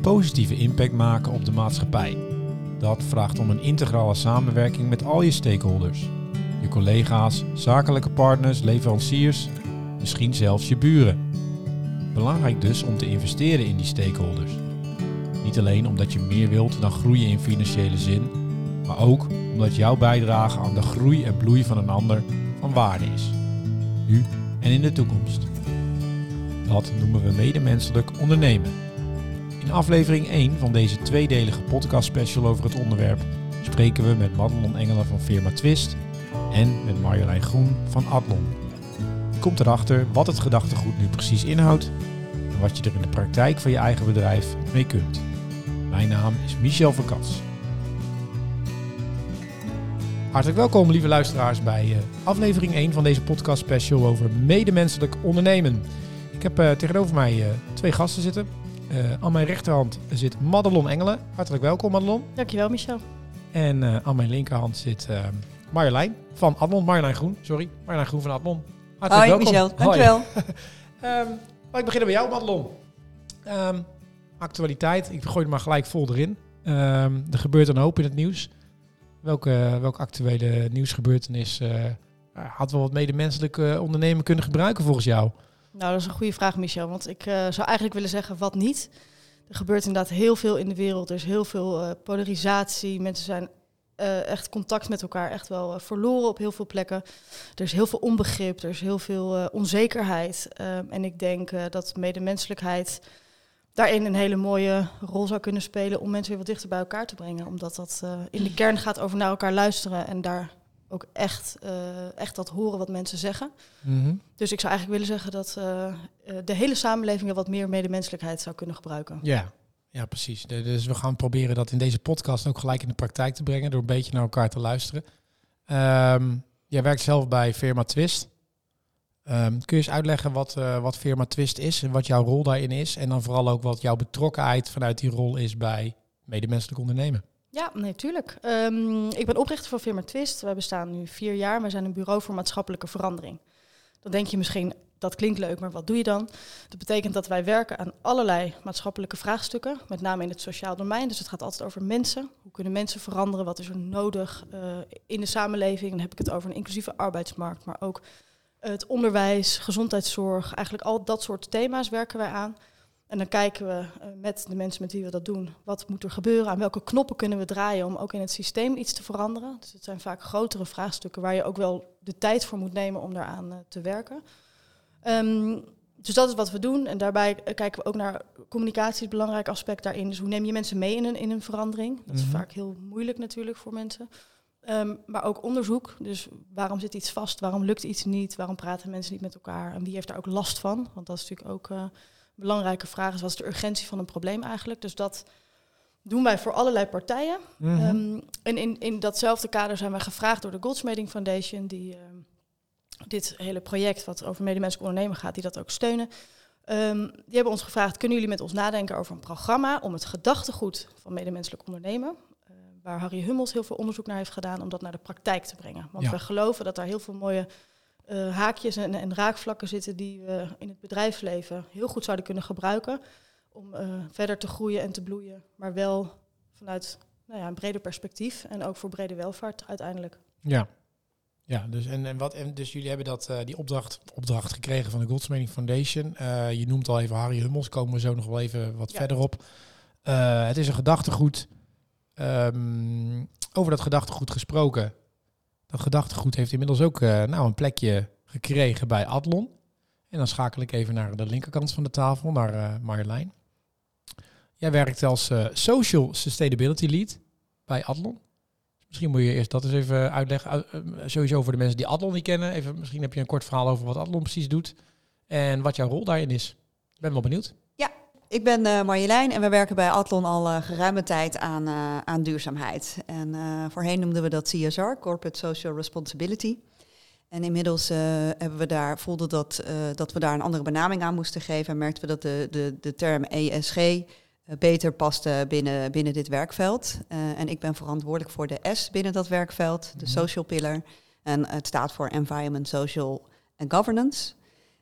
positieve impact maken op de maatschappij. Dat vraagt om een integrale samenwerking met al je stakeholders. Je collega's, zakelijke partners, leveranciers, misschien zelfs je buren. Belangrijk dus om te investeren in die stakeholders. Niet alleen omdat je meer wilt dan groeien in financiële zin, maar ook omdat jouw bijdrage aan de groei en bloei van een ander van waarde is. Nu en in de toekomst. Dat noemen we medemenselijk ondernemen. In aflevering 1 van deze tweedelige podcast special over het onderwerp spreken we met Madelon Engelen van firma Twist en met Marjolein Groen van Adlon. Je komt erachter wat het gedachtegoed nu precies inhoudt en wat je er in de praktijk van je eigen bedrijf mee kunt. Mijn naam is Michel Verkats. Hartelijk welkom, lieve luisteraars, bij aflevering 1 van deze podcast special over medemenselijk ondernemen. Ik heb tegenover mij twee gasten zitten. Aan mijn rechterhand zit Madelon Engelen. Hartelijk welkom, Madelon. Dankjewel, Michel. En aan mijn linkerhand zit Marjolein van Adlon. Marjolein Groen van Adlon. Hartelijk welkom. Michel, dankjewel. Ik begin bij jou, Madelon. Actualiteit, ik gooi er maar gelijk vol erin. Er gebeurt een hoop in het nieuws. Welke actuele nieuwsgebeurtenis had wel wat medemenselijk ondernemen kunnen gebruiken volgens jou? Nou, dat is een goede vraag, Michel. Want ik zou eigenlijk willen zeggen, wat niet? Er gebeurt inderdaad heel veel in de wereld. Er is heel veel polarisatie. Mensen zijn echt contact met elkaar echt wel verloren op heel veel plekken. Er is heel veel onbegrip. Er is heel veel onzekerheid. En ik denk dat medemenselijkheid daarin een hele mooie rol zou kunnen spelen om mensen weer wat dichter bij elkaar te brengen. Omdat dat in de kern gaat over naar elkaar luisteren en daar ook echt dat horen wat mensen zeggen. Mm-hmm. Dus ik zou eigenlijk willen zeggen dat de hele samenleving wat meer medemenselijkheid zou kunnen gebruiken. Ja, precies. Dus we gaan proberen dat in deze podcast ook gelijk in de praktijk te brengen door een beetje naar elkaar te luisteren. Jij werkt zelf bij firma Twist. Kun je eens uitleggen wat firma Twist is en wat jouw rol daarin is? En dan vooral ook wat jouw betrokkenheid vanuit die rol is bij medemenselijk ondernemen? Ja, natuurlijk. Ik ben oprichter van firma Twist. Wij bestaan nu 4 jaar. Wij zijn een bureau voor maatschappelijke verandering. Dan denk je misschien, dat klinkt leuk, maar wat doe je dan? Dat betekent dat wij werken aan allerlei maatschappelijke vraagstukken, met name in het sociaal domein. Dus het gaat altijd over mensen. Hoe kunnen mensen veranderen? Wat is er nodig in de samenleving? Dan heb ik het over een inclusieve arbeidsmarkt, maar ook het onderwijs, gezondheidszorg. Eigenlijk al dat soort thema's werken wij aan. En dan kijken we met de mensen met wie we dat doen, wat moet er gebeuren, aan welke knoppen kunnen we draaien om ook in het systeem iets te veranderen. Dus het zijn vaak grotere vraagstukken waar je ook wel de tijd voor moet nemen om daaraan te werken. Dus dat is wat we doen. En daarbij kijken we ook naar communicatie, een belangrijk aspect daarin. Dus hoe neem je mensen mee in een verandering? Dat is vaak heel moeilijk natuurlijk voor mensen. Maar ook onderzoek. Dus waarom zit iets vast? Waarom lukt iets niet? Waarom praten mensen niet met elkaar? En wie heeft daar ook last van? Want dat is natuurlijk ook een belangrijke vraag. Is wat is de urgentie van een probleem eigenlijk? Dus dat doen wij voor allerlei partijen. Mm-hmm. En in datzelfde kader zijn wij gevraagd door de Goldsmeding Foundation, die dit hele project wat over medemenselijk ondernemen gaat, die dat ook steunen. Die hebben ons gevraagd, kunnen jullie met ons nadenken over een programma om het gedachtegoed van medemenselijk ondernemen, waar Harry Hummels heel veel onderzoek naar heeft gedaan, om dat naar de praktijk te brengen. Want we geloven dat daar heel veel mooie haakjes en raakvlakken zitten die we in het bedrijfsleven heel goed zouden kunnen gebruiken om verder te groeien en te bloeien, maar wel vanuit een breder perspectief en ook voor brede welvaart uiteindelijk. Ja, dus jullie hebben die opdracht gekregen van de Goldsmeding Foundation. Je noemt al even Harry Hummels, komen we zo nog wel even wat verder op. Het is een gedachtegoed. Over dat gedachtegoed gesproken. Dat gedachtegoed heeft inmiddels ook een plekje gekregen bij Adlon. En dan schakel ik even naar de linkerkant van de tafel, naar Marjolein. Jij werkt als Social Sustainability Lead bij Adlon. Misschien moet je eerst dat eens even uitleggen. Sowieso voor de mensen die Adlon niet kennen. Misschien heb je een kort verhaal over wat Adlon precies doet. En wat jouw rol daarin is. Ik ben wel benieuwd. Ja, ik ben Marjolein en we werken bij Adlon al geruime tijd aan duurzaamheid. En voorheen noemden we dat CSR, Corporate Social Responsibility. En inmiddels voelden dat we daar een andere benaming aan moesten geven. En merkten we dat de term ESG beter paste binnen dit werkveld. En ik ben verantwoordelijk voor de S binnen dat werkveld, de social pillar. En het staat voor Environment, Social en Governance.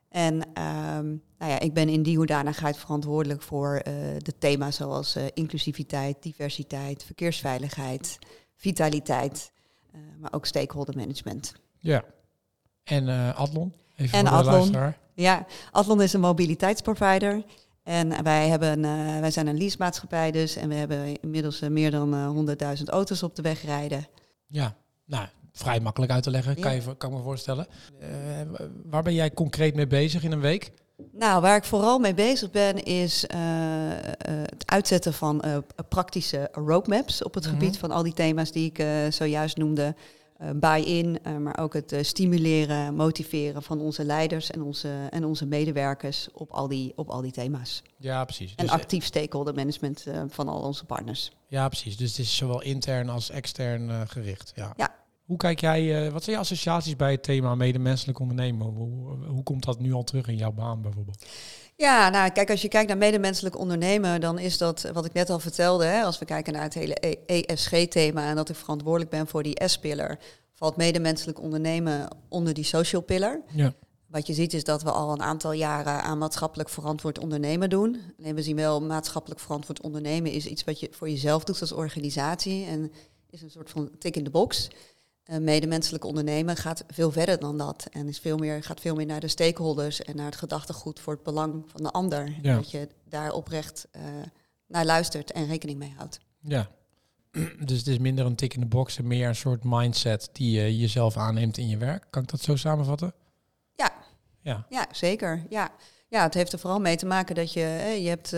En ik ben in die hoedanigheid verantwoordelijk voor de thema's zoals inclusiviteit, diversiteit, verkeersveiligheid, vitaliteit, maar ook stakeholder management. Ja. En Adlon? Even En voor de Adlon. luisteraar. Ja, Adlon is een mobiliteitsprovider. En wij zijn een leasemaatschappij dus. En we hebben inmiddels meer dan 100.000 auto's op de weg rijden. Ja, nou, vrij makkelijk uit te leggen, Ja. kan ik me voorstellen. Waar ben jij concreet mee bezig in een week? Nou, waar ik vooral mee bezig ben is het uitzetten van praktische roadmaps op het gebied van al die thema's die ik zojuist noemde. Buy-in, maar ook het stimuleren, motiveren van onze leiders en onze medewerkers op al die thema's. Ja, precies. En Dus, actief stakeholder management van al onze partners. ja, precies. Dus het is zowel intern als extern gericht. Ja. Ja. Hoe kijk jij, wat zijn je associaties bij het thema medemenselijk ondernemen? Hoe komt dat nu al terug in jouw baan bijvoorbeeld? Ja, nou kijk, als je kijkt naar medemenselijk ondernemen, dan is dat wat ik net al vertelde. Hè, als we kijken naar het hele ESG-thema en dat ik verantwoordelijk ben voor die S-pillar, valt medemenselijk ondernemen onder die social pillar. Ja. Wat je ziet is dat we al een aantal jaren aan maatschappelijk verantwoord ondernemen doen. Alleen we zien wel, maatschappelijk verantwoord ondernemen is iets wat je voor jezelf doet als organisatie en is een soort van tick in the box. Medemenselijk ondernemen gaat veel verder dan dat. En gaat veel meer naar de stakeholders en naar het gedachtegoed voor het belang van de ander. Ja. Dat je daar oprecht naar luistert en rekening mee houdt. Ja. Dus het is minder een tik in de box en meer een soort mindset die je jezelf aanneemt in je werk. Kan ik dat zo samenvatten? Ja. Ja. Ja, zeker. Ja, het heeft er vooral mee te maken dat je hebt...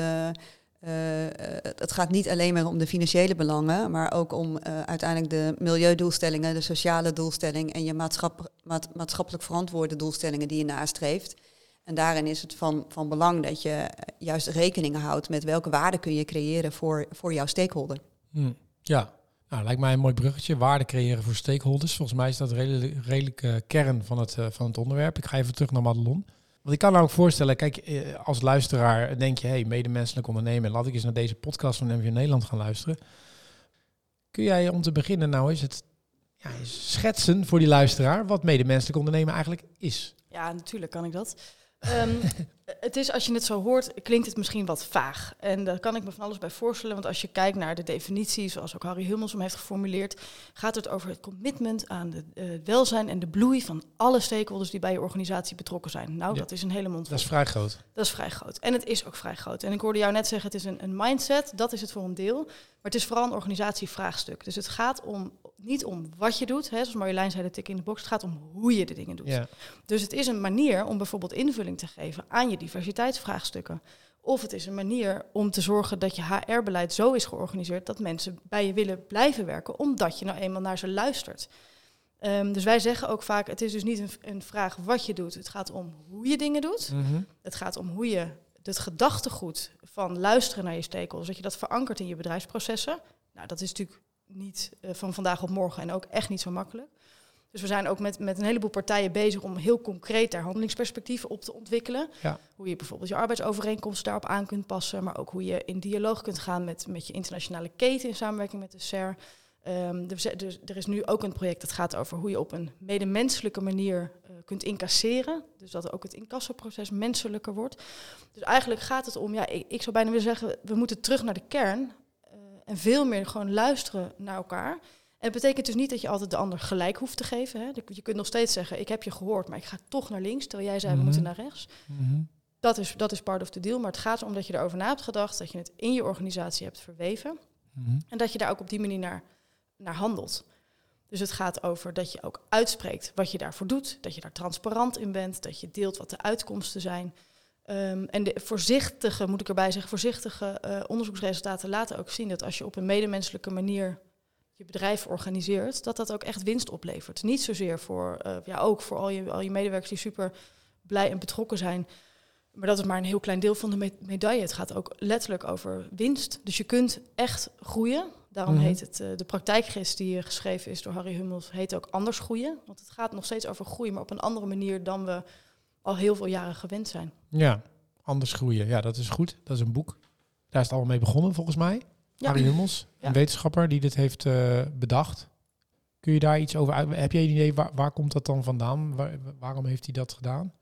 het gaat niet alleen maar om de financiële belangen, maar ook om uiteindelijk de milieudoelstellingen, de sociale doelstelling en je maatschappelijk verantwoorde doelstellingen die je nastreeft. En daarin is het van belang dat je juist rekening houdt met welke waarde kun je creëren voor jouw stakeholder. Ja, nou, lijkt mij een mooi bruggetje. Waarde creëren voor stakeholders. Volgens mij is dat redelijk kern van het onderwerp. Ik ga even terug naar Madelon. Want ik kan me ook voorstellen, kijk, als luisteraar denk je, hey, medemenselijk ondernemen, laat ik eens naar deze podcast van MVO Nederland gaan luisteren. Kun jij om te beginnen nou eens schetsen voor die luisteraar wat medemenselijk ondernemen eigenlijk is? Ja, natuurlijk kan ik dat. Het is, als je het zo hoort, klinkt het misschien wat vaag. En daar kan ik me van alles bij voorstellen. Want als je kijkt naar de definitie, zoals ook Harry Hummels hem heeft geformuleerd, gaat het over het commitment aan het welzijn en de bloei van alle stakeholders die bij je organisatie betrokken zijn. Nou, dat is een hele mond vol. Dat is vrij groot. Dat is vrij groot. En het is ook vrij groot. En ik hoorde jou net zeggen, het is een mindset. Dat is het voor een deel. Maar het is vooral een organisatievraagstuk. Dus het gaat niet om wat je doet. Hè, zoals Marjolein zei, de tik in de box. Het gaat om hoe je de dingen doet. Ja. Dus het is een manier om bijvoorbeeld invulling te geven aan je diversiteitsvraagstukken. Of het is een manier om te zorgen dat je HR-beleid zo is georganiseerd dat mensen bij je willen blijven werken, omdat je nou eenmaal naar ze luistert. Dus wij zeggen ook vaak, het is dus niet een vraag wat je doet. Het gaat om hoe je dingen doet. Mm-hmm. Het gaat om hoe je het gedachtegoed van luisteren naar je stakeholders, dat je dat verankert in je bedrijfsprocessen. Nou, dat is natuurlijk niet van vandaag op morgen en ook echt niet zo makkelijk. Dus we zijn ook met een heleboel partijen bezig om heel concreet daar handelingsperspectieven op te ontwikkelen. Ja. Hoe je bijvoorbeeld je arbeidsovereenkomst daarop aan kunt passen, maar ook hoe je in dialoog kunt gaan met je internationale keten in samenwerking met de SER. Er is nu ook een project dat gaat over hoe je op een medemenselijke manier kunt incasseren. Dus dat ook het incassoproces menselijker wordt. Dus eigenlijk gaat het om, ik zou bijna willen zeggen, we moeten terug naar de kern en veel meer gewoon luisteren naar elkaar. En het betekent dus niet dat je altijd de ander gelijk hoeft te geven. Hè. Je kunt nog steeds zeggen, ik heb je gehoord, maar ik ga toch naar links, terwijl jij zei, we moeten naar rechts. Mm-hmm. Dat is part of the deal, maar het gaat erom dat je erover na hebt gedacht, dat je het in je organisatie hebt verweven. Mm-hmm. En dat je daar ook op die manier naar handelt. Dus het gaat over dat je ook uitspreekt wat je daarvoor doet, dat je daar transparant in bent, dat je deelt wat de uitkomsten zijn. En de voorzichtige, moet ik erbij zeggen, onderzoeksresultaten laten ook zien dat als je op een medemenselijke manier je bedrijf organiseert, dat ook echt winst oplevert. Niet zozeer ook voor al je medewerkers die super blij en betrokken zijn, maar dat is maar een heel klein deel van de medaille. Het gaat ook letterlijk over winst. Dus je kunt echt groeien. Daarom heet het, de praktijkgids die geschreven is door Harry Hummels, heet ook anders groeien. Want het gaat nog steeds over groeien, maar op een andere manier dan we al heel veel jaren gewend zijn. Ja, anders groeien. Ja, dat is goed. Dat is een boek. Daar is het allemaal mee begonnen, volgens mij. Ja. Harry Hummels, een wetenschapper die dit heeft bedacht. Kun je daar iets over uit? Heb je een idee, waar komt dat dan vandaan? Waarom heeft hij dat gedaan?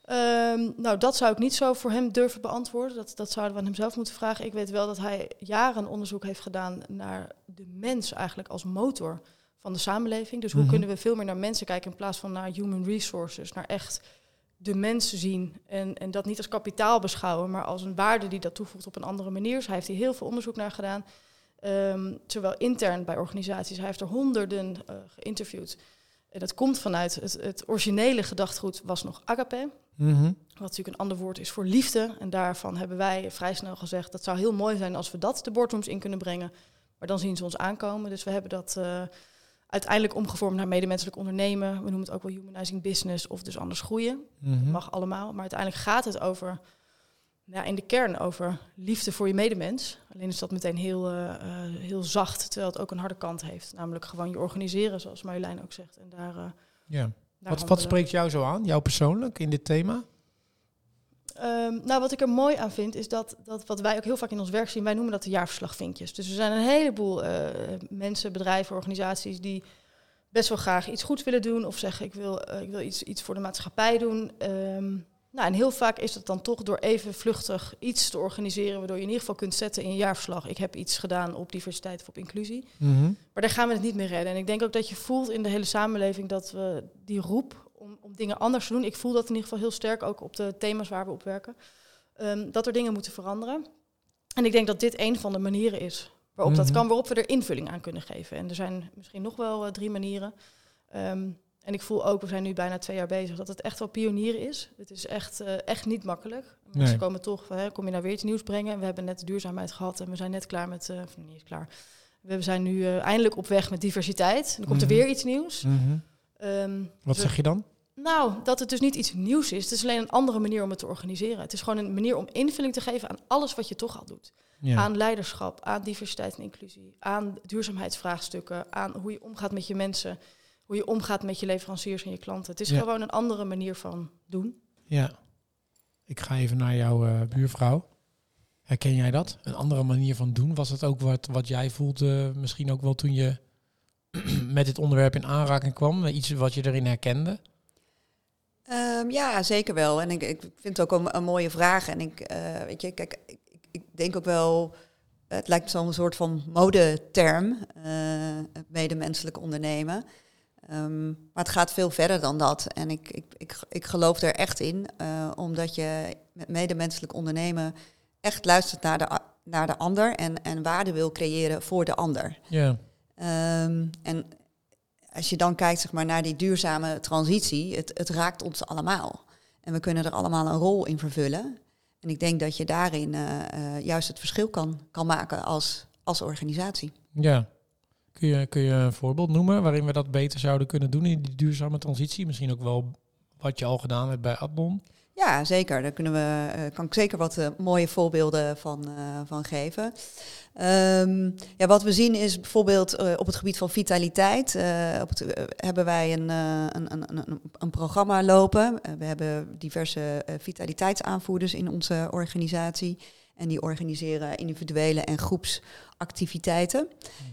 Nou, dat zou ik niet zo voor hem durven beantwoorden. Dat zouden we aan hem zelf moeten vragen. Ik weet wel dat hij jaren onderzoek heeft gedaan naar de mens eigenlijk als motor van de samenleving. Dus hoe kunnen we veel meer naar mensen kijken in plaats van naar human resources, naar echt de mensen zien en dat niet als kapitaal beschouwen, maar als een waarde die dat toevoegt op een andere manier. Dus hij heeft hier heel veel onderzoek naar gedaan, zowel intern bij organisaties. Hij heeft er honderden geïnterviewd. En dat komt vanuit het originele gedachtegoed was nog agape. Wat natuurlijk een ander woord is voor liefde. En daarvan hebben wij vrij snel gezegd, dat zou heel mooi zijn als we dat de boardrooms in kunnen brengen. Maar dan zien ze ons aankomen. Dus we hebben dat uiteindelijk omgevormd naar medemenselijk ondernemen. We noemen het ook wel humanizing business of dus anders groeien. Dat mag allemaal. Maar uiteindelijk gaat het over, in de kern over liefde voor je medemens. Alleen is dat meteen heel zacht, terwijl het ook een harde kant heeft. Namelijk gewoon je organiseren, zoals Marjolein ook zegt. En daar Wat spreekt jou zo aan, jou persoonlijk, in dit thema? Wat ik er mooi aan vind, is dat wat wij ook heel vaak in ons werk zien, wij noemen dat de jaarverslagvinkjes. Dus er zijn een heleboel mensen, bedrijven, organisaties die best wel graag iets goeds willen doen of zeggen ik wil iets voor de maatschappij doen. En heel vaak is het dan toch door even vluchtig iets te organiseren, waardoor je in ieder geval kunt zetten in je jaarverslag, ik heb iets gedaan op diversiteit of op inclusie. Maar daar gaan we het niet meer redden. En ik denk ook dat je voelt in de hele samenleving dat we die roep om dingen anders te doen, ik voel dat in ieder geval heel sterk, ook op de thema's waar we op werken, dat er dingen moeten veranderen. En ik denk dat dit een van de manieren is waarop dat kan, waarop we er invulling aan kunnen geven. En er zijn misschien nog wel 3 manieren. En ik voel ook, we zijn nu bijna 2 jaar bezig, dat het echt wel pionier is. Het is echt niet makkelijk. Mensen komen toch, kom je nou weer iets nieuws brengen. We hebben net de duurzaamheid gehad en we zijn net klaar met, niet klaar. We zijn nu eindelijk op weg met diversiteit. En dan komt er weer iets nieuws. Wat zeg je dan? Nou, dat het dus niet iets nieuws is. Het is alleen een andere manier om het te organiseren. Het is gewoon een manier om invulling te geven aan alles wat je toch al doet. Ja. Aan leiderschap, aan diversiteit en inclusie, aan duurzaamheidsvraagstukken, aan hoe je omgaat met je mensen, hoe je omgaat met je leveranciers en je klanten. Het is gewoon een andere manier van doen. Ja. Ik ga even naar jouw buurvrouw. Herken jij dat? Een andere manier van doen? Was het ook wat jij voelde, misschien ook wel toen je met dit onderwerp in aanraking kwam? Iets wat je erin herkende? Ja, zeker wel. En ik vind het ook een mooie vraag. En ik denk ook wel, het lijkt zo'n soort van modeterm, medemenselijk ondernemen. Maar het gaat veel verder dan dat. En ik geloof er echt in, omdat je met medemenselijk ondernemen echt luistert naar de ander en waarde wil creëren voor de ander. Ja. En als je dan kijkt, zeg maar, naar die duurzame transitie, het raakt ons allemaal. En we kunnen er allemaal een rol in vervullen. En ik denk dat je daarin juist het verschil kan maken als organisatie. Ja. Kun je een voorbeeld noemen waarin we dat beter zouden kunnen doen in die duurzame transitie? Misschien ook wel wat je al gedaan hebt bij Adlon? Ja, zeker. Daar kan ik zeker wat mooie voorbeelden van geven. Wat we zien is bijvoorbeeld op het gebied van vitaliteit. Hebben wij een programma lopen. We hebben diverse vitaliteitsaanvoerders in onze organisatie. En die organiseren individuele en groepsactiviteiten.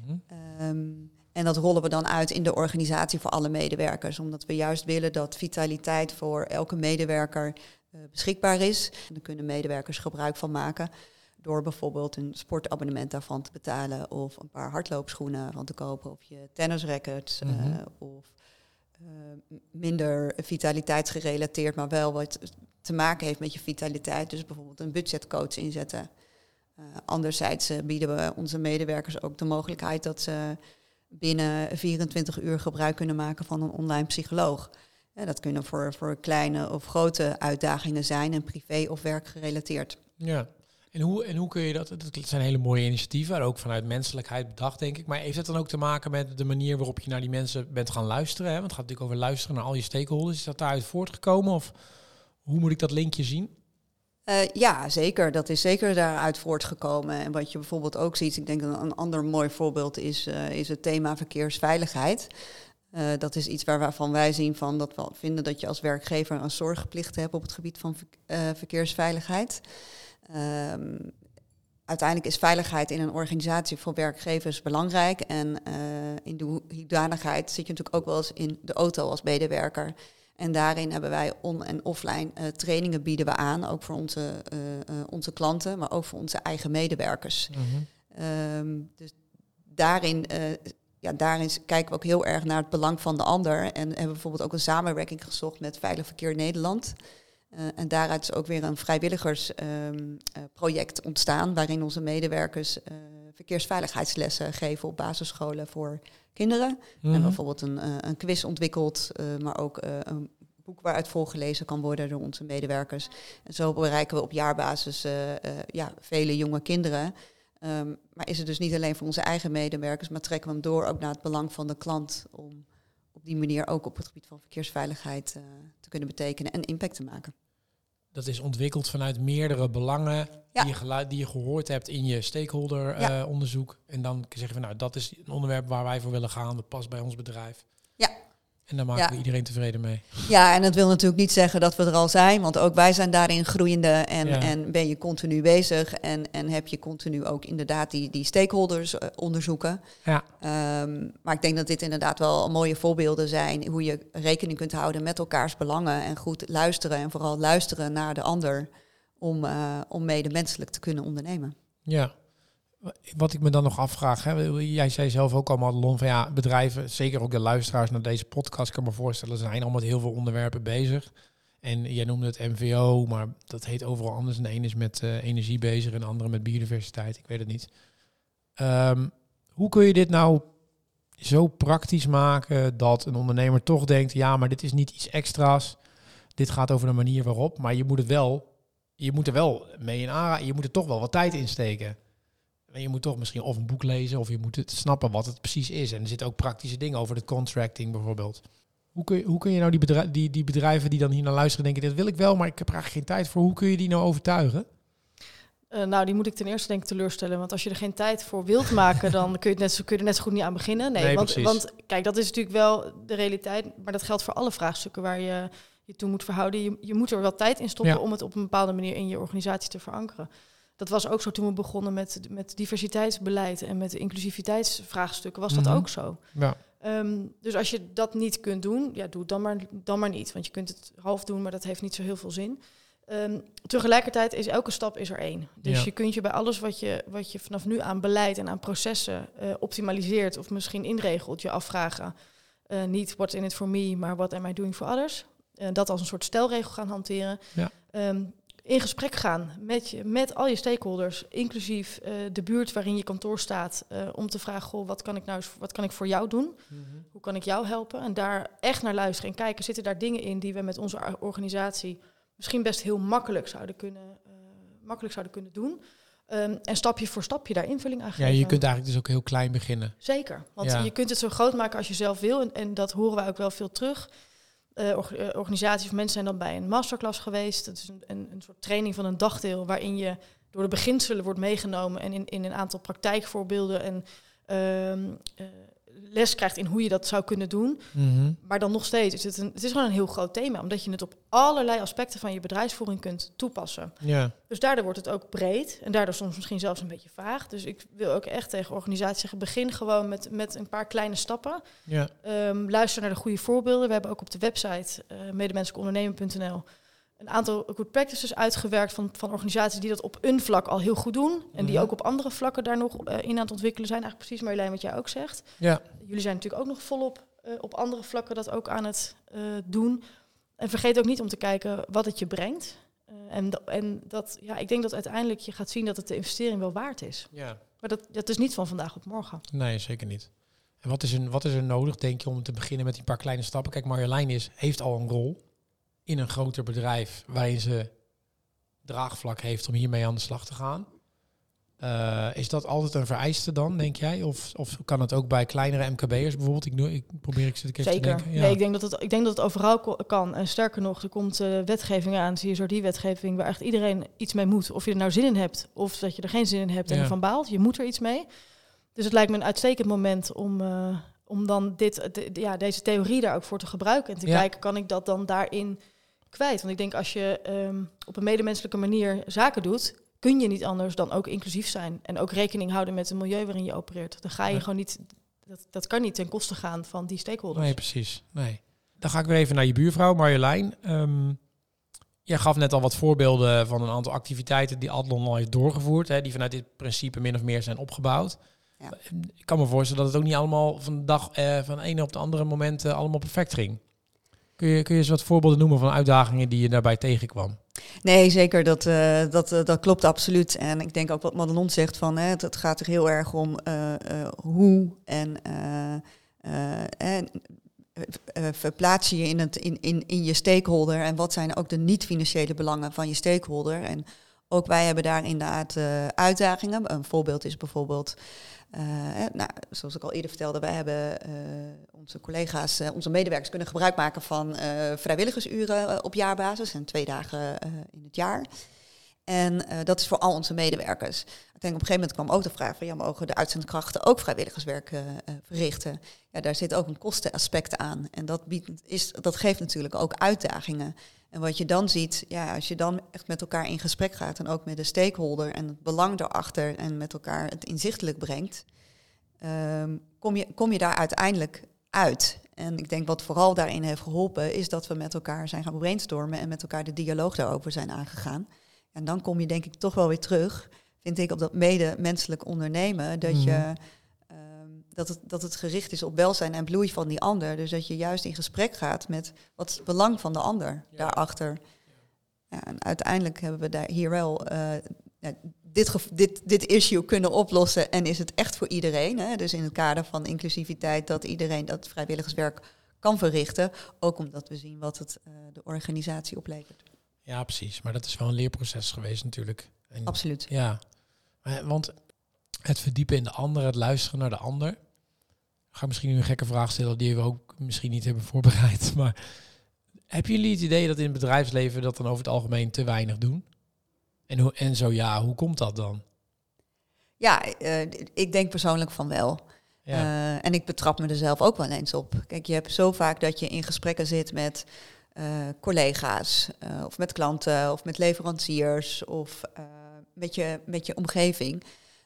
En dat rollen we dan uit in de organisatie voor alle medewerkers. Omdat we juist willen dat vitaliteit voor elke medewerker beschikbaar is. En daar kunnen medewerkers gebruik van maken door bijvoorbeeld een sportabonnement daarvan te betalen of een paar hardloopschoenen van te kopen of je tennisrackets of minder vitaliteitsgerelateerd, maar wel wat te maken heeft met je vitaliteit. Dus bijvoorbeeld een budgetcoach inzetten. Anderzijds bieden we onze medewerkers ook de mogelijkheid dat ze binnen 24 uur gebruik kunnen maken van een online psycholoog. Dat kunnen voor kleine of grote uitdagingen zijn en privé of werkgerelateerd. Ja, en hoe kun je dat? Dat zijn hele mooie initiatieven, ook vanuit menselijkheid bedacht, denk ik. Maar heeft het dan ook te maken met de manier waarop je naar die mensen bent gaan luisteren? Hè? Want het gaat natuurlijk over luisteren naar al je stakeholders. Is dat daaruit voortgekomen of hoe moet ik dat linkje zien? Ja, zeker. Dat is zeker daaruit voortgekomen. En wat je bijvoorbeeld ook ziet, ik denk dat een ander mooi voorbeeld is het thema verkeersveiligheid. Dat is iets waarvan wij zien dat we vinden dat je als werkgever een zorgplicht hebt op het gebied van verkeersveiligheid. Uiteindelijk is veiligheid in een organisatie voor werkgevers belangrijk. En in de hoedanigheid zit je natuurlijk ook wel eens in de auto als medewerker. En daarin hebben wij en offline trainingen bieden we aan, ook voor onze klanten, maar ook voor onze eigen medewerkers. Dus daarin kijken we ook heel erg naar het belang van de ander. En hebben we bijvoorbeeld ook een samenwerking gezocht met Veilig Verkeer Nederland. En daaruit is ook weer een vrijwilligersproject ontstaan, waarin onze medewerkers verkeersveiligheidslessen geven op basisscholen voor kinderen. We hebben bijvoorbeeld een quiz ontwikkeld, maar ook een boek waaruit voorgelezen kan worden door onze medewerkers. En zo bereiken we op jaarbasis vele jonge kinderen. Maar is het dus niet alleen voor onze eigen medewerkers, maar trekken we hem door ook naar het belang van de klant om op die manier ook op het gebied van verkeersveiligheid te kunnen betekenen en impact te maken. Dat is ontwikkeld vanuit meerdere belangen die je gehoord hebt in je stakeholder onderzoek. En dan zeggen we, nou, dat is een onderwerp waar wij voor willen gaan. Dat past bij ons bedrijf. Ja. En daar maken we iedereen tevreden mee. Ja, en dat wil natuurlijk niet zeggen dat we er al zijn. Want ook wij zijn daarin groeiende en ben je continu bezig. En heb je continu ook inderdaad die stakeholders onderzoeken. Ja. Maar ik denk dat dit inderdaad wel mooie voorbeelden zijn. Hoe je rekening kunt houden met elkaars belangen. En goed luisteren en vooral luisteren naar de ander. Om medemenselijk te kunnen ondernemen. Ja. Wat ik me dan nog afvraag, jij zei zelf ook allemaal, Lon, van bedrijven, zeker ook de luisteraars naar deze podcast, kan me voorstellen, zijn allemaal met heel veel onderwerpen bezig. En jij noemde het MVO, maar dat heet overal anders. En de een is met energie bezig en de andere met biodiversiteit, ik weet het niet. Hoe kun je dit nou zo praktisch maken dat een ondernemer toch denkt, ja, maar dit is niet iets extra's, dit gaat over de manier waarop, maar je moet er wel mee in aanraken, je moet er toch wel wat tijd in steken. En je moet toch misschien of een boek lezen of je moet het snappen wat het precies is. En er zitten ook praktische dingen over de contracting bijvoorbeeld. Hoe kun je nou die bedrijven die dan hier naar luisteren denken, dit wil ik wel, maar ik heb er eigenlijk geen tijd voor. Hoe kun je die nou overtuigen? Die moet ik ten eerste denk ik teleurstellen. Want als je er geen tijd voor wilt maken, dan kun je er net zo goed niet aan beginnen. Nee, want kijk, dat is natuurlijk wel de realiteit. Maar dat geldt voor alle vraagstukken waar je toe moet verhouden. Je moet er wel tijd in stoppen om het op een bepaalde manier in je organisatie te verankeren. Dat was ook zo toen we begonnen met diversiteitsbeleid en met inclusiviteitsvraagstukken, was dat ook zo. Ja. Dus als je dat niet kunt doen, doe het dan maar niet. Want je kunt het half doen, maar dat heeft niet zo heel veel zin. Tegelijkertijd is elke stap er één. Dus je kunt je bij alles wat je vanaf nu aan beleid en aan processen optimaliseert of misschien inregelt, je afvragen. Niet what's in it for me, maar what am I doing for others? Dat als een soort stelregel gaan hanteren. Ja. In gesprek gaan met al je stakeholders, inclusief de buurt waarin je kantoor staat, om te vragen, goh, wat kan ik voor jou doen? Mm-hmm. Hoe kan ik jou helpen? En daar echt naar luisteren en kijken, zitten daar dingen in die we met onze organisatie misschien best heel makkelijk zouden kunnen doen? En stapje voor stapje daar invulling aan geven. Ja, je kunt eigenlijk dus ook heel klein beginnen. Zeker, want je kunt het zo groot maken als je zelf wil. En dat horen wij ook wel veel terug. Organisaties of mensen zijn dan bij een masterclass geweest. Dat is een soort training van een dagdeel waarin je door de beginselen wordt meegenomen en in een aantal praktijkvoorbeelden en les krijgt in hoe je dat zou kunnen doen. Mm-hmm. Maar dan nog steeds is het is gewoon een heel groot thema, omdat je het op allerlei aspecten van je bedrijfsvoering kunt toepassen. Yeah. Dus daardoor wordt het ook breed en daardoor soms misschien zelfs een beetje vaag. Dus ik wil ook echt tegen organisaties zeggen, begin gewoon met een paar kleine stappen. Yeah. Luister naar de goede voorbeelden. We hebben ook op de website medemenselijkondernemen.nl een aantal good practices uitgewerkt van organisaties die dat op een vlak al heel goed doen. En die ook op andere vlakken daar nog in aan het ontwikkelen zijn. Eigenlijk precies, Marjolein, wat jij ook zegt. Ja. Jullie zijn natuurlijk ook nog volop op andere vlakken dat ook aan het doen. En vergeet ook niet om te kijken wat het je brengt. Ik denk dat uiteindelijk je gaat zien dat het de investering wel waard is. Ja. Maar dat is niet van vandaag op morgen. Nee, zeker niet. En wat is er nodig, denk je, om te beginnen met die paar kleine stappen? Kijk, Marjolein heeft al een rol in een groter bedrijf waarin ze draagvlak heeft om hiermee aan de slag te gaan. Is dat altijd een vereiste dan, denk jij? Of kan het ook bij kleinere MKB'ers bijvoorbeeld? Ik probeer te denken. Ja. Nee, ik denk dat het overal kan. En sterker nog, er komt wetgeving aan, CSRD-wetgeving, waar echt iedereen iets mee moet. Of je er nou zin in hebt, of dat je er geen zin in hebt en ervan baalt. Je moet er iets mee. Dus het lijkt me een uitstekend moment om dan deze theorie daar ook voor te gebruiken. En te kijken, kan ik dat dan daarin kwijt? Want ik denk, als je op een medemenselijke manier zaken doet, kun je niet anders dan ook inclusief zijn. En ook rekening houden met het milieu waarin je opereert. Dan ga je gewoon niet, dat kan niet ten koste gaan van die stakeholders. Nee, precies. Nee. dan ga ik weer even naar je buurvrouw Marjolein. Jij gaf net al wat voorbeelden van een aantal activiteiten die Adlon al heeft doorgevoerd. Hè, die vanuit dit principe min of meer zijn opgebouwd. Ja. Ik kan me voorstellen dat het ook niet allemaal van de dag van de ene op de andere moment allemaal perfect ging. Kun je eens wat voorbeelden noemen van uitdagingen die je daarbij tegenkwam? Nee, zeker. Dat klopt absoluut. En ik denk ook wat Madelon zegt van het gaat er heel erg om hoe en verplaats je in je stakeholder en wat zijn ook de niet-financiële belangen van je stakeholder. En ook wij hebben daar inderdaad uitdagingen. Een voorbeeld is bijvoorbeeld, zoals ik al eerder vertelde, wij hebben onze collega's, onze medewerkers kunnen gebruik maken van vrijwilligersuren op jaarbasis en 2 dagen in het jaar. En dat is voor al onze medewerkers. Ik denk op een gegeven moment kwam ook de vraag van mogen de uitzendkrachten ook vrijwilligerswerk verrichten? Ja, daar zit ook een kostenaspect aan. En dat geeft natuurlijk ook uitdagingen. En wat je dan ziet, als je dan echt met elkaar in gesprek gaat en ook met de stakeholder en het belang daarachter en met elkaar het inzichtelijk brengt, kom je daar uiteindelijk uit. En ik denk wat vooral daarin heeft geholpen is dat we met elkaar zijn gaan brainstormen en met elkaar de dialoog daarover zijn aangegaan. En dan kom je denk ik toch wel weer terug, vind ik, op dat mede-menselijk ondernemen, dat het gericht is op welzijn en bloei van die ander. Dus dat je juist in gesprek gaat met wat is het belang van de ander daarachter. Ja, en uiteindelijk hebben we daar hier wel dit issue kunnen oplossen en is het echt voor iedereen. Hè? Dus in het kader van inclusiviteit dat iedereen dat vrijwilligerswerk kan verrichten. Ook omdat we zien wat het de organisatie oplevert. Ja, precies. Maar dat is wel een leerproces geweest natuurlijk. En, absoluut. Ja, want het verdiepen in de ander, het luisteren naar de ander. Ik ga misschien nu een gekke vraag stellen die we ook misschien niet hebben voorbereid. Maar hebben jullie het idee dat in het bedrijfsleven dat dan over het algemeen te weinig doen? En zo ja, hoe komt dat dan? Ja, ik denk persoonlijk van wel. Ja. En ik betrap me er zelf ook wel eens op. Kijk, je hebt zo vaak dat je in gesprekken zit met collega's of met klanten of met leveranciers of met je omgeving.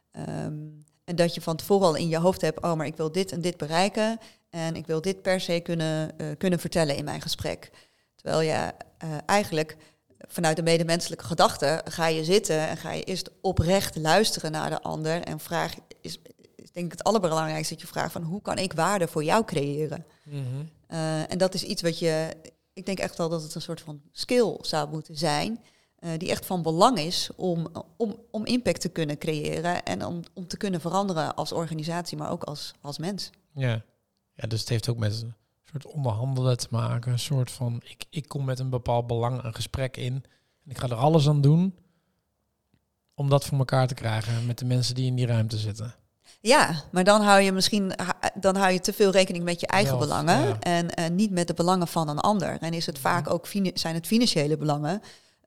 En dat je van tevoren al in je hoofd hebt, maar ik wil dit en dit bereiken en ik wil dit per se kunnen vertellen in mijn gesprek. Terwijl je eigenlijk vanuit de medemenselijke gedachte ga je zitten en ga je eerst oprecht luisteren naar de ander en is denk ik het allerbelangrijkste dat je vraagt van hoe kan ik waarde voor jou creëren? Mm-hmm. En dat is iets wat ik denk echt wel dat het een soort van skill zou moeten zijn, die echt van belang is om impact te kunnen creëren en om te kunnen veranderen als organisatie, maar ook als mens. Ja, dus het heeft ook met een soort onderhandelen te maken. Een soort van, ik kom met een bepaald belang een gesprek in en ik ga er alles aan doen om dat voor elkaar te krijgen met de mensen die in die ruimte zitten. Ja, maar dan hou je te veel rekening met je eigen belangen en niet met de belangen van een ander. En is het vaak ook zijn het financiële belangen.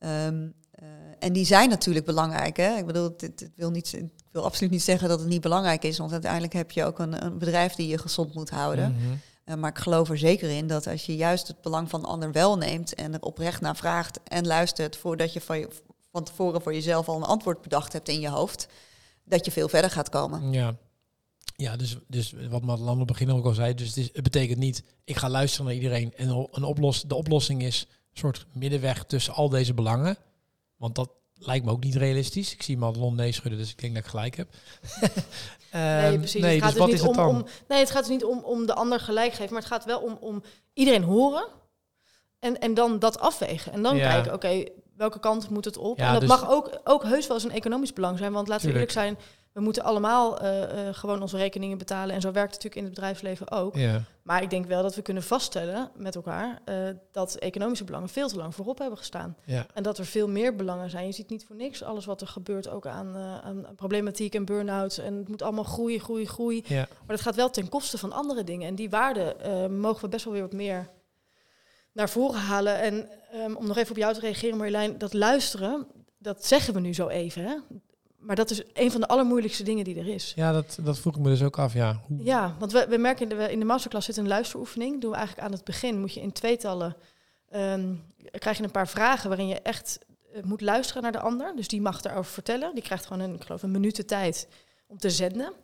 En die zijn natuurlijk belangrijk. Hè? Ik bedoel, ik wil absoluut niet zeggen dat het niet belangrijk is, want uiteindelijk heb je ook een bedrijf die je gezond moet houden. Mm-hmm. Maar ik geloof er zeker in dat als je juist het belang van de ander wel neemt en er oprecht naar vraagt en luistert voordat je van tevoren voor jezelf al een antwoord bedacht hebt in je hoofd, dat je veel verder gaat komen. Ja, dus wat Madelon op het begin ook al zei, dus het betekent niet, ik ga luisteren naar iedereen en de oplossing is een soort middenweg tussen al deze belangen. Want dat lijkt me ook niet realistisch. Ik zie Madelon nee schudden, dus ik denk dat ik gelijk heb. Nee, precies. Nee, het gaat dus wat is het dan? Het gaat dus niet om de ander gelijk geven, maar het gaat wel om iedereen horen en dan dat afwegen. En dan kijken, oké, welke kant moet het op? Ja, en dat mag ook heus wel eens een economisch belang zijn, want laten we eerlijk zijn, we moeten allemaal gewoon onze rekeningen betalen. En zo werkt het natuurlijk in het bedrijfsleven ook. Ja. Maar ik denk wel dat we kunnen vaststellen met elkaar dat economische belangen veel te lang voorop hebben gestaan. Ja. En dat er veel meer belangen zijn. Je ziet niet voor niks alles wat er gebeurt ook aan problematiek en burn-outs. En het moet allemaal groeien. Ja. Maar dat gaat wel ten koste van andere dingen. En die waarden mogen we best wel weer wat meer naar voren halen. En om nog even op jou te reageren, Marjolein, dat luisteren, dat zeggen we nu zo even, hè? Maar dat is een van de allermoeilijkste dingen die er is. Ja, dat vroeg ik me dus ook af, ja. Ja, want we merken in de masterclass zit een luisteroefening. Doen we eigenlijk aan het begin. Moet je in tweetallen, krijg je een paar vragen waarin je echt moet luisteren naar de ander. Dus die mag daarover vertellen. Die krijgt gewoon een minuut de tijd om te zenden.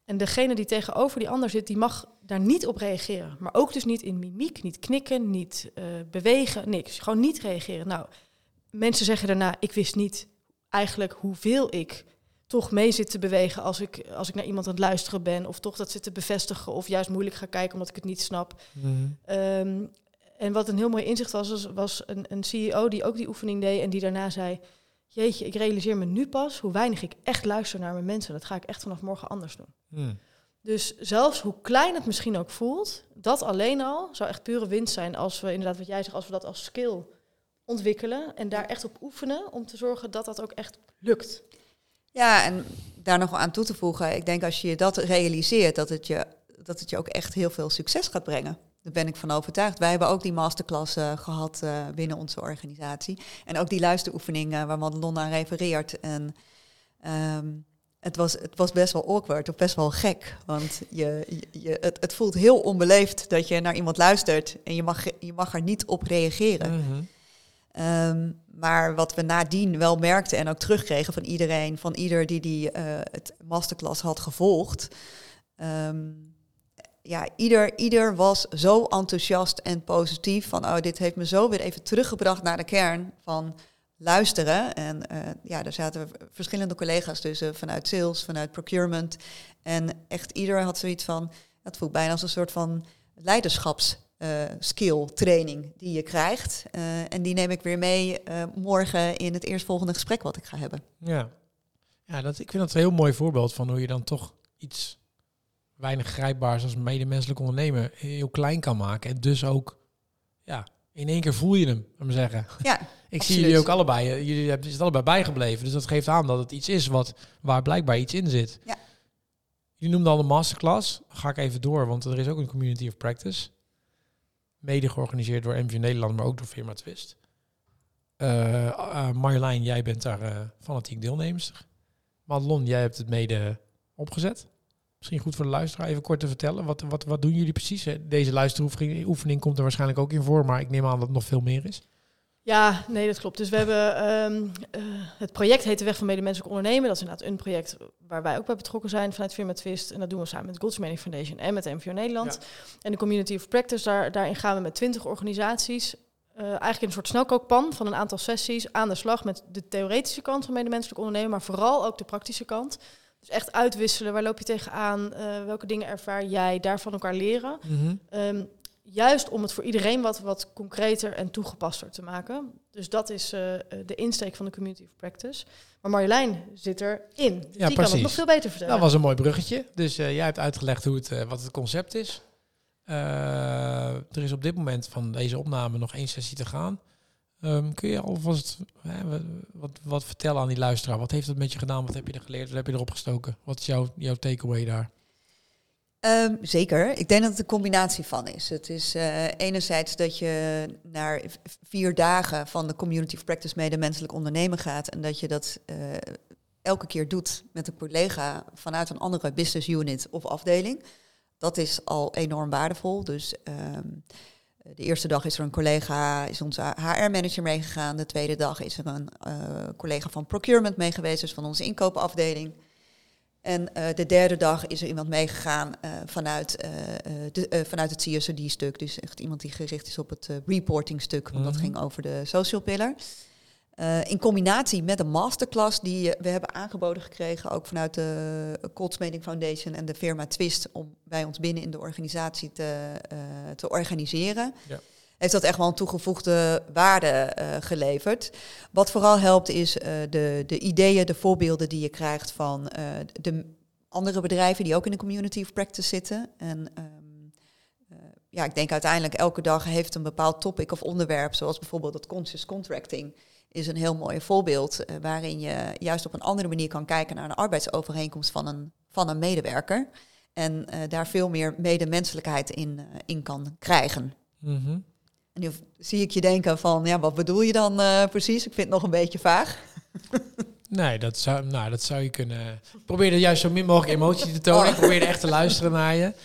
En degene die tegenover die ander zit, die mag daar niet op reageren. Maar ook dus niet in mimiek, niet knikken, niet bewegen, niks. Gewoon niet reageren. Nou, mensen zeggen daarna, ik wist niet eigenlijk hoeveel ik toch mee zit te bewegen als ik naar iemand aan het luisteren ben. Of toch dat zit te bevestigen of juist moeilijk ga kijken omdat ik het niet snap. Mm-hmm. En wat een heel mooi inzicht was een CEO die ook die oefening deed en die daarna zei, jeetje, ik realiseer me nu pas hoe weinig ik echt luister naar mijn mensen. Dat ga ik echt vanaf morgen anders doen. Mm. Dus zelfs hoe klein het misschien ook voelt, dat alleen al zou echt pure winst zijn als we inderdaad wat jij zegt, als we dat als skill ontwikkelen en daar echt op oefenen om te zorgen dat dat ook echt lukt. Ja, en daar nog aan toe te voegen, ik denk als je dat realiseert, dat het je ook echt heel veel succes gaat brengen. Daar ben ik van overtuigd. Wij hebben ook die masterclass gehad binnen onze organisatie. En ook die luisteroefening waar Madelon aan refereert. En het was best wel awkward of best wel gek. Want het voelt heel onbeleefd dat je naar iemand luistert en je mag er niet op reageren. Mm-hmm. Maar wat we nadien wel merkten en ook terugkregen van ieder die het masterclass had gevolgd. Ieder was zo enthousiast en positief van, dit heeft me zo weer even teruggebracht naar de kern van luisteren. En daar zaten verschillende collega's tussen, vanuit sales, vanuit procurement. En echt ieder had zoiets van, het voelt bijna als een soort van leiderschapsskill training die je krijgt. En die neem ik weer mee morgen in het eerstvolgende gesprek wat ik ga hebben. Ja, ik vind dat een heel mooi voorbeeld van hoe je dan toch iets weinig grijpbaars als medemenselijk ondernemer heel klein kan maken. En dus ook, in één keer voel je hem, laat maar zeggen. Ja, ik zie jullie ook allebei. Jullie hebben het allebei bijgebleven. Dus dat geeft aan dat het iets is waar blijkbaar iets in zit. Ja. Jullie noemden al de masterclass. Ga ik even door, want er is ook een community of practice. Mede georganiseerd door MVO Nederland, maar ook door firma Twist. Marjolein, jij bent daar fanatiek deelnemster. Madelon, jij hebt het mede opgezet. Misschien goed voor de luisteraar even kort te vertellen. Wat doen jullie precies? Deze luisteroefening komt er waarschijnlijk ook in voor, maar ik neem aan dat het nog veel meer is. Ja, nee, dat klopt. Dus we hebben het project heet de Weg van Medemenselijk Ondernemen. Dat is inderdaad een project waar wij ook bij betrokken zijn vanuit firma Twist. En dat doen we samen met Goldsmithing Foundation en met MVO Nederland. Ja. En de Community of Practice, daarin gaan we met 20 organisaties eigenlijk in een soort snelkookpan van een aantal sessies aan de slag met de theoretische kant van medemenselijk ondernemen, maar vooral ook de praktische kant. Dus echt uitwisselen, waar loop je tegenaan, welke dingen ervaar jij, daarvan elkaar leren. Mm-hmm. Juist om het voor iedereen wat concreter en toegepaster te maken. Dus dat is de insteek van de Community of Practice. Maar Marjolein zit erin. Dus die kan het nog veel beter vertellen. Dat was een mooi bruggetje. Dus jij hebt uitgelegd wat het concept is. Er is op dit moment van deze opname nog 1 sessie te gaan. Kun je alvast wat vertellen aan die luisteraar? Wat heeft het met je gedaan? Wat heb je er geleerd? Wat heb je erop gestoken? Wat is jouw takeaway daar? Zeker. Ik denk dat het een combinatie van is. Het is enerzijds dat je naar 4 dagen van de Community of Practice medemenselijk ondernemen gaat en dat je dat elke keer doet met een collega vanuit een andere business unit of afdeling. Dat is al enorm waardevol. Dus de eerste dag is er een collega, is onze HR-manager meegegaan. De tweede dag is er een collega van procurement mee geweest, dus van onze inkoopafdeling. En de derde dag is er iemand meegegaan vanuit het CSRD-stuk. Dus echt iemand die gericht is op het reporting-stuk. Want dat ging over de social pillar. In combinatie met een masterclass die we hebben aangeboden gekregen, ook vanuit de Goldsmithing Foundation en de firma Twist, om bij ons binnen in de organisatie te organiseren. Ja. Heeft dat echt wel een toegevoegde waarde geleverd. Wat vooral helpt is de ideeën, de voorbeelden die je krijgt van de andere bedrijven die ook in de Community of Practice zitten. En ik denk uiteindelijk elke dag heeft een bepaald topic of onderwerp, zoals bijvoorbeeld dat conscious contracting, is een heel mooi voorbeeld waarin je juist op een andere manier kan kijken naar een arbeidsovereenkomst van een medewerker. En daar veel meer medemenselijkheid in kan krijgen. Mm-hmm. En nu zie ik je denken van, wat bedoel je dan precies? Ik vind het nog een beetje vaag. Nee, dat zou je kunnen. Probeer er juist zo min mogelijk emotie te tonen. Ik probeer echt te luisteren naar je.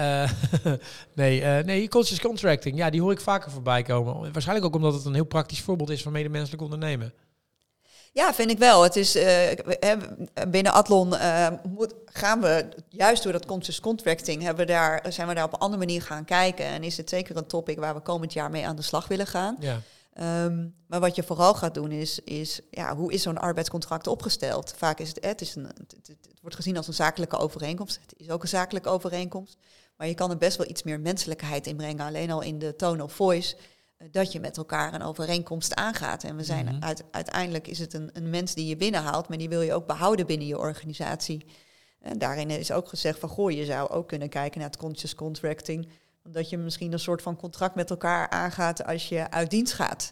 Nee, conscious contracting, die hoor ik vaker voorbij komen. Waarschijnlijk ook omdat het een heel praktisch voorbeeld is van medemenselijk ondernemen. Ja, vind ik wel. Het is, binnen Athlon gaan we juist door dat conscious contracting zijn we daar op een andere manier gaan kijken. En is het zeker een topic waar we komend jaar mee aan de slag willen gaan. Ja. Maar wat je vooral gaat doen is hoe is zo'n arbeidscontract opgesteld? Vaak is het wordt gezien als een zakelijke overeenkomst. Het is ook een zakelijke overeenkomst. Maar je kan er best wel iets meer menselijkheid in brengen. Alleen al in de tone of voice. Dat je met elkaar een overeenkomst aangaat. En we zijn uiteindelijk is het een mens die je binnenhaalt, maar die wil je ook behouden binnen je organisatie. En daarin is ook gezegd van, je zou ook kunnen kijken naar het conscious contracting. Dat je misschien een soort van contract met elkaar aangaat als je uit dienst gaat.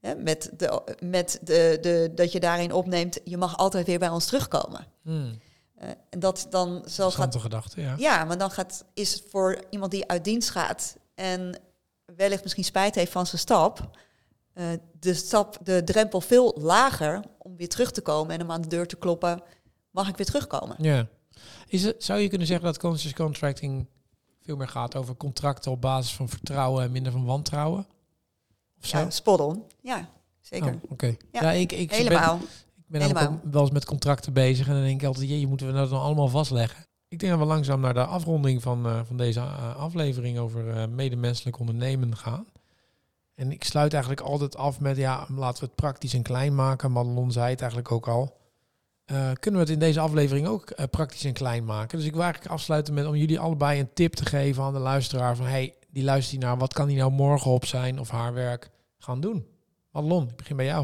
Dat je daarin opneemt, je mag altijd weer bij ons terugkomen. En dat dan zo gaat... Interessante gedachte, ja. Ja, maar dan is het voor iemand die uit dienst gaat en wellicht misschien spijt heeft van zijn stap, de drempel veel lager om weer terug te komen en hem aan de deur te kloppen, mag ik weer terugkomen? Ja. Zou je kunnen zeggen dat conscious contracting veel meer gaat over contracten op basis van vertrouwen en minder van wantrouwen? Of zo? Ja, spot on. Ja, zeker. Oh, oké. Ja, ik helemaal. ben ook wel eens met contracten bezig en dan denk ik altijd, je moeten we dat dan allemaal vastleggen? Ik denk dat we langzaam naar de afronding van deze aflevering over medemenselijk ondernemen gaan. En ik sluit eigenlijk altijd af met, laten we het praktisch en klein maken. Madelon zei het eigenlijk ook al. Kunnen we het in deze aflevering ook praktisch en klein maken? Dus ik wil eigenlijk afsluiten met om jullie allebei een tip te geven aan de luisteraar. Van die luistert naar, wat kan die nou morgen op zijn of haar werk gaan doen? Madelon, ik begin bij jou.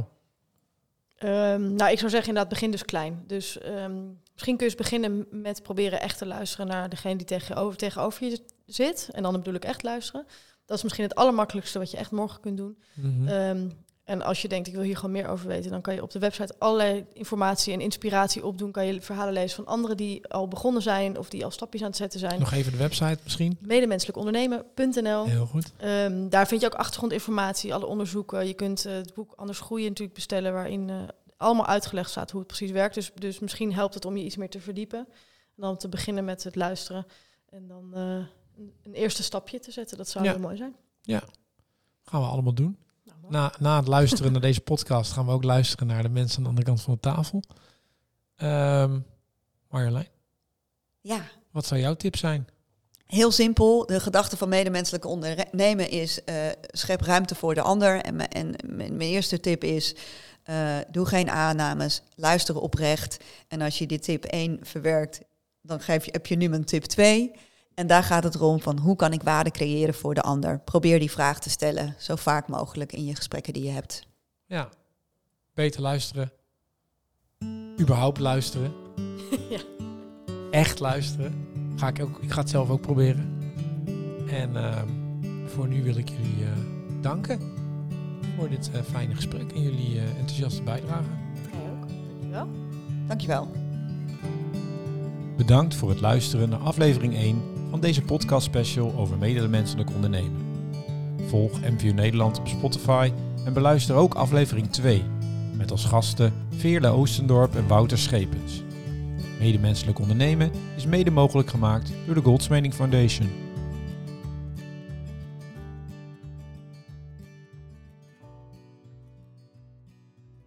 Ik zou zeggen inderdaad, begin dus klein. Dus misschien kun je eens beginnen met proberen echt te luisteren naar degene die tegenover je zit. En dan bedoel ik echt luisteren. Dat is misschien het allermakkelijkste wat je echt morgen kunt doen. Mm-hmm. En als je denkt, ik wil hier gewoon meer over weten, dan kan je op de website allerlei informatie en inspiratie opdoen. Kan je verhalen lezen van anderen die al begonnen zijn of die al stapjes aan het zetten zijn. Nog even de website misschien? Medemenselijkondernemen.nl. Heel goed. Daar vind je ook achtergrondinformatie, alle onderzoeken. Je kunt het boek Anders Groeien natuurlijk bestellen, waarin allemaal uitgelegd staat hoe het precies werkt. Dus misschien helpt het om je iets meer te verdiepen. En dan te beginnen met het luisteren. En dan een eerste stapje te zetten. Dat zou heel mooi zijn. Ja, gaan we allemaal doen. Na het luisteren naar deze podcast gaan we ook luisteren naar de mensen aan de andere kant van de tafel. Marjolein? Ja. Wat zou jouw tip zijn? Heel simpel. De gedachte van medemenselijke ondernemen is schep ruimte voor de ander. En mijn eerste tip is doe geen aannames, luister oprecht. En als je dit tip 1 verwerkt, dan heb je nu een tip 2. En daar gaat het erom van hoe kan ik waarde creëren voor de ander. Probeer die vraag te stellen zo vaak mogelijk in je gesprekken die je hebt. Ja, beter luisteren. Überhaupt luisteren. Ja. Echt luisteren. Ik ga het zelf ook proberen. En voor nu wil ik jullie danken voor dit fijne gesprek en jullie enthousiaste bijdrage. Jij ook. Dankjewel. Dankjewel. Bedankt voor het luisteren naar aflevering 1 van deze podcast special over medemenselijk ondernemen. Volg MVO Nederland op Spotify en beluister ook aflevering 2 met als gasten Veerle Oostendorp en Wouter Schepens. Medemenselijk ondernemen is mede mogelijk gemaakt door de Goldsmeding Foundation.